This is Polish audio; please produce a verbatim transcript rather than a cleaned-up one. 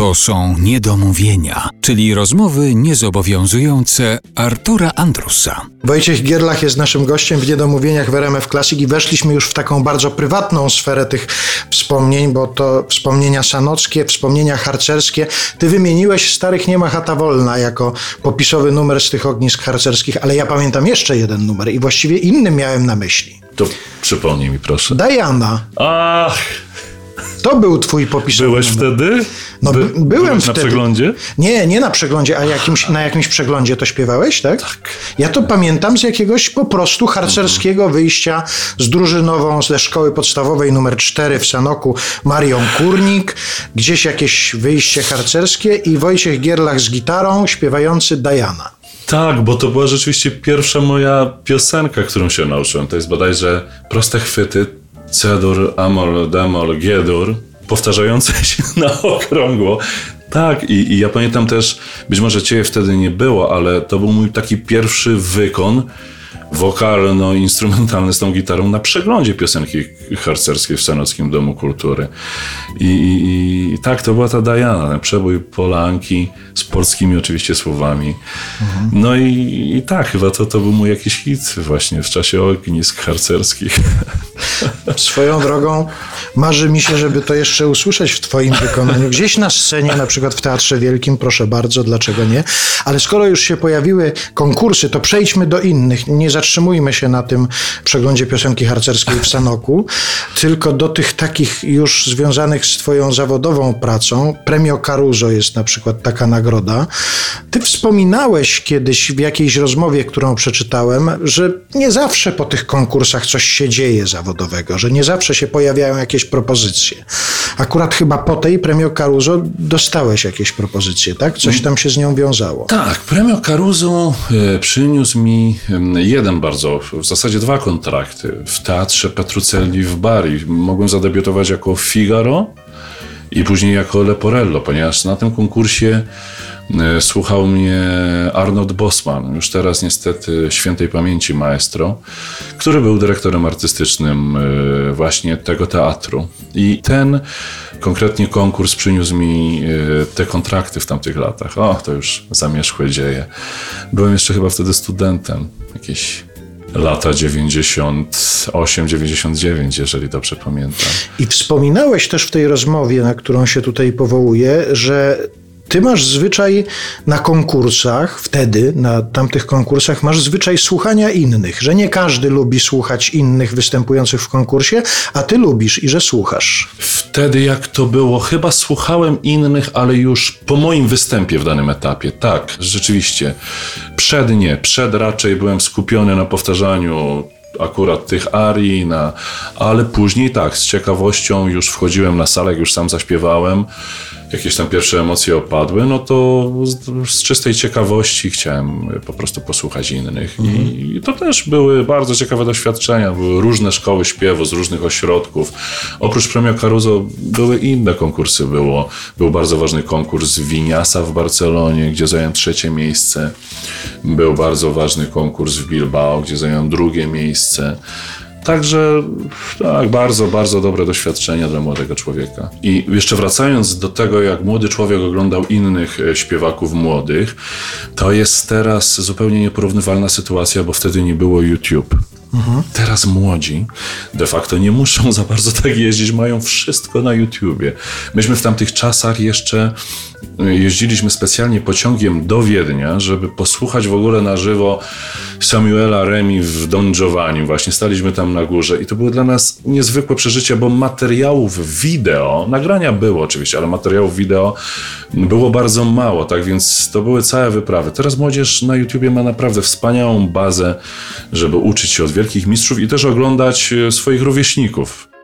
To są niedomówienia, czyli rozmowy niezobowiązujące Artura Andrusa. Wojciech Gierlach jest naszym gościem w Niedomówieniach w R M F Classic i weszliśmy już w taką bardzo prywatną sferę tych wspomnień, bo to wspomnienia sanockie, wspomnienia harcerskie. Ty wymieniłeś Starych nie ma chata wolna jako popisowy numer z tych ognisk harcerskich, ale ja pamiętam jeszcze jeden numer i właściwie inny miałem na myśli. To przypomnij mi proszę. Diana. Ach! To był twój popisowy Byłeś numer. wtedy? No By, byłem byłeś wtedy. na przeglądzie? Nie, nie na przeglądzie, a jakimś, na jakimś przeglądzie to śpiewałeś, tak? Tak. Ja to pamiętam z jakiegoś po prostu harcerskiego wyjścia z drużynową ze szkoły podstawowej numer cztery w Sanoku Marią Kurnik, gdzieś jakieś wyjście harcerskie i Wojciech Gierlach z gitarą śpiewający Diana. Tak, bo to była rzeczywiście pierwsza moja piosenka, którą się nauczyłem. To jest bodajże proste chwyty, C-dur, Amol, Demol, G-dur, powtarzające się na okrągło. Tak, i, i ja pamiętam też, być może ciebie wtedy nie było, ale to był mój taki pierwszy wykon wokalno-instrumentalny z tą gitarą na przeglądzie piosenki harcerskiej w Sanockim Domu Kultury. I, i, i tak, to była ta Diana, przebój Polanki z polskimi oczywiście słowami. Mhm. No i, i tak, chyba to, to był mój jakiś hit właśnie w czasie ognisk harcerskich. Swoją drogą marzy mi się, żeby to jeszcze usłyszeć w twoim wykonaniu. Gdzieś na scenie, na przykład w Teatrze Wielkim, proszę bardzo, dlaczego nie? Ale skoro już się pojawiły konkursy, to przejdźmy do innych. Nie zatrzymujmy się na tym przeglądzie piosenki harcerskiej w Sanoku, tylko do tych takich już związanych z twoją zawodową pracą. Premio Caruso jest na przykład taka nagroda. Ty wspominałeś kiedyś w jakiejś rozmowie, którą przeczytałem, że nie zawsze po tych konkursach coś się dzieje zawodowego, że nie zawsze się pojawiają jakieś propozycje. Akurat chyba po tej Premio Caruso dostałeś jakieś propozycje, tak? Coś tam się z nią wiązało. Tak, Premio Caruso e, przyniósł mi e, jeden bardzo, w zasadzie dwa kontrakty w Teatrze Petrucelli w Bari. Mogłem zadebiutować jako Figaro i później jako Leporello, ponieważ na tym konkursie e, słuchał mnie Arnold Bosman, już teraz niestety świętej pamięci maestro, który był dyrektorem artystycznym e, właśnie tego teatru. I ten konkretnie konkurs przyniósł mi e, te kontrakty w tamtych latach. O, to już zamierzchłe dzieje. Byłem jeszcze chyba wtedy studentem, jakieś lata dziewięćdziesiąt osiem dziewięćdziesiąt dziewięć, jeżeli dobrze pamiętam. I wspominałeś też w tej rozmowie, na którą się tutaj powołuję, że ty masz zwyczaj na konkursach, wtedy na tamtych konkursach masz zwyczaj słuchania innych, że nie każdy lubi słuchać innych występujących w konkursie, a ty lubisz i że słuchasz. Wtedy jak to było, chyba słuchałem innych, ale już po moim występie w danym etapie. Tak, rzeczywiście. Przed nie, przed raczej byłem skupiony na powtarzaniu akurat tych arii, na, ale później tak, z ciekawością już wchodziłem na salę, jak już sam zaśpiewałem, jakieś tam pierwsze emocje opadły, no to z, z czystej ciekawości chciałem po prostu posłuchać innych. Mhm. I, I to też były bardzo ciekawe doświadczenia, były różne szkoły śpiewu z różnych ośrodków. Oprócz Premio Caruso były inne konkursy, było, był bardzo ważny konkurs Winiasa w Barcelonie, gdzie zająłem trzecie miejsce. Był bardzo ważny konkurs w Bilbao, gdzie zająłem drugie miejsce. Także tak, bardzo, bardzo dobre doświadczenia dla młodego człowieka. I jeszcze wracając do tego, jak młody człowiek oglądał innych śpiewaków młodych, to jest teraz zupełnie nieporównywalna sytuacja, bo wtedy nie było YouTube. Mhm. Teraz młodzi de facto nie muszą za bardzo tak jeździć, mają wszystko na YouTubie. Myśmy w tamtych czasach jeszcze jeździliśmy specjalnie pociągiem do Wiednia, żeby posłuchać w ogóle na żywo Samuela Remi w Don Giovanni. Właśnie staliśmy tam na górze i to były dla nas niezwykłe przeżycia, bo materiałów wideo, nagrania było oczywiście, ale materiałów wideo było bardzo mało, tak więc to były całe wyprawy. Teraz młodzież na YouTubie ma naprawdę wspaniałą bazę, żeby uczyć się od wielkich mistrzów i też oglądać swoich rówieśników.